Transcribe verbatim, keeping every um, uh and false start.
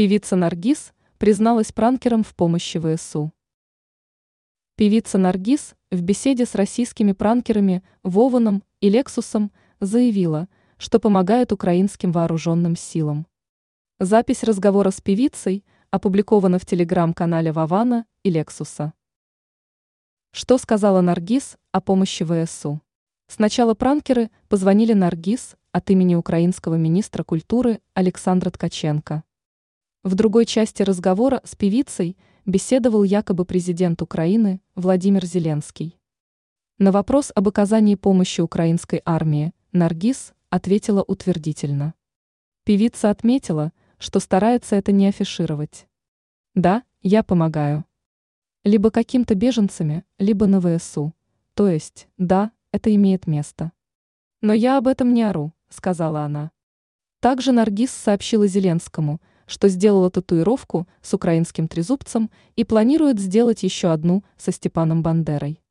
Певица Наргиз призналась пранкерам в помощи ВСУ. Певица Наргиз в беседе с российскими пранкерами Вованом и Лексусом заявила, что помогает украинским вооруженным силам. Запись разговора с певицей опубликована в телеграм-канале Вована и Лексуса. Что сказала Наргиз о помощи ВСУ? Сначала пранкеры позвонили Наргиз от имени украинского министра культуры Александра Ткаченко. В другой части разговора с певицей беседовал якобы президент Украины Владимир Зеленский. На вопрос об оказании помощи украинской армии Наргиз ответила утвердительно. Певица отметила, что старается это не афишировать. «Да, я помогаю. Либо каким-то беженцами, либо на ВСУ. То есть, да, это имеет место. Но я об этом не ору», — сказала она. Также Наргиз сообщила Зеленскому, что сделала татуировку с украинским трезубцем и планирует сделать еще одну со Степаном Бандерой.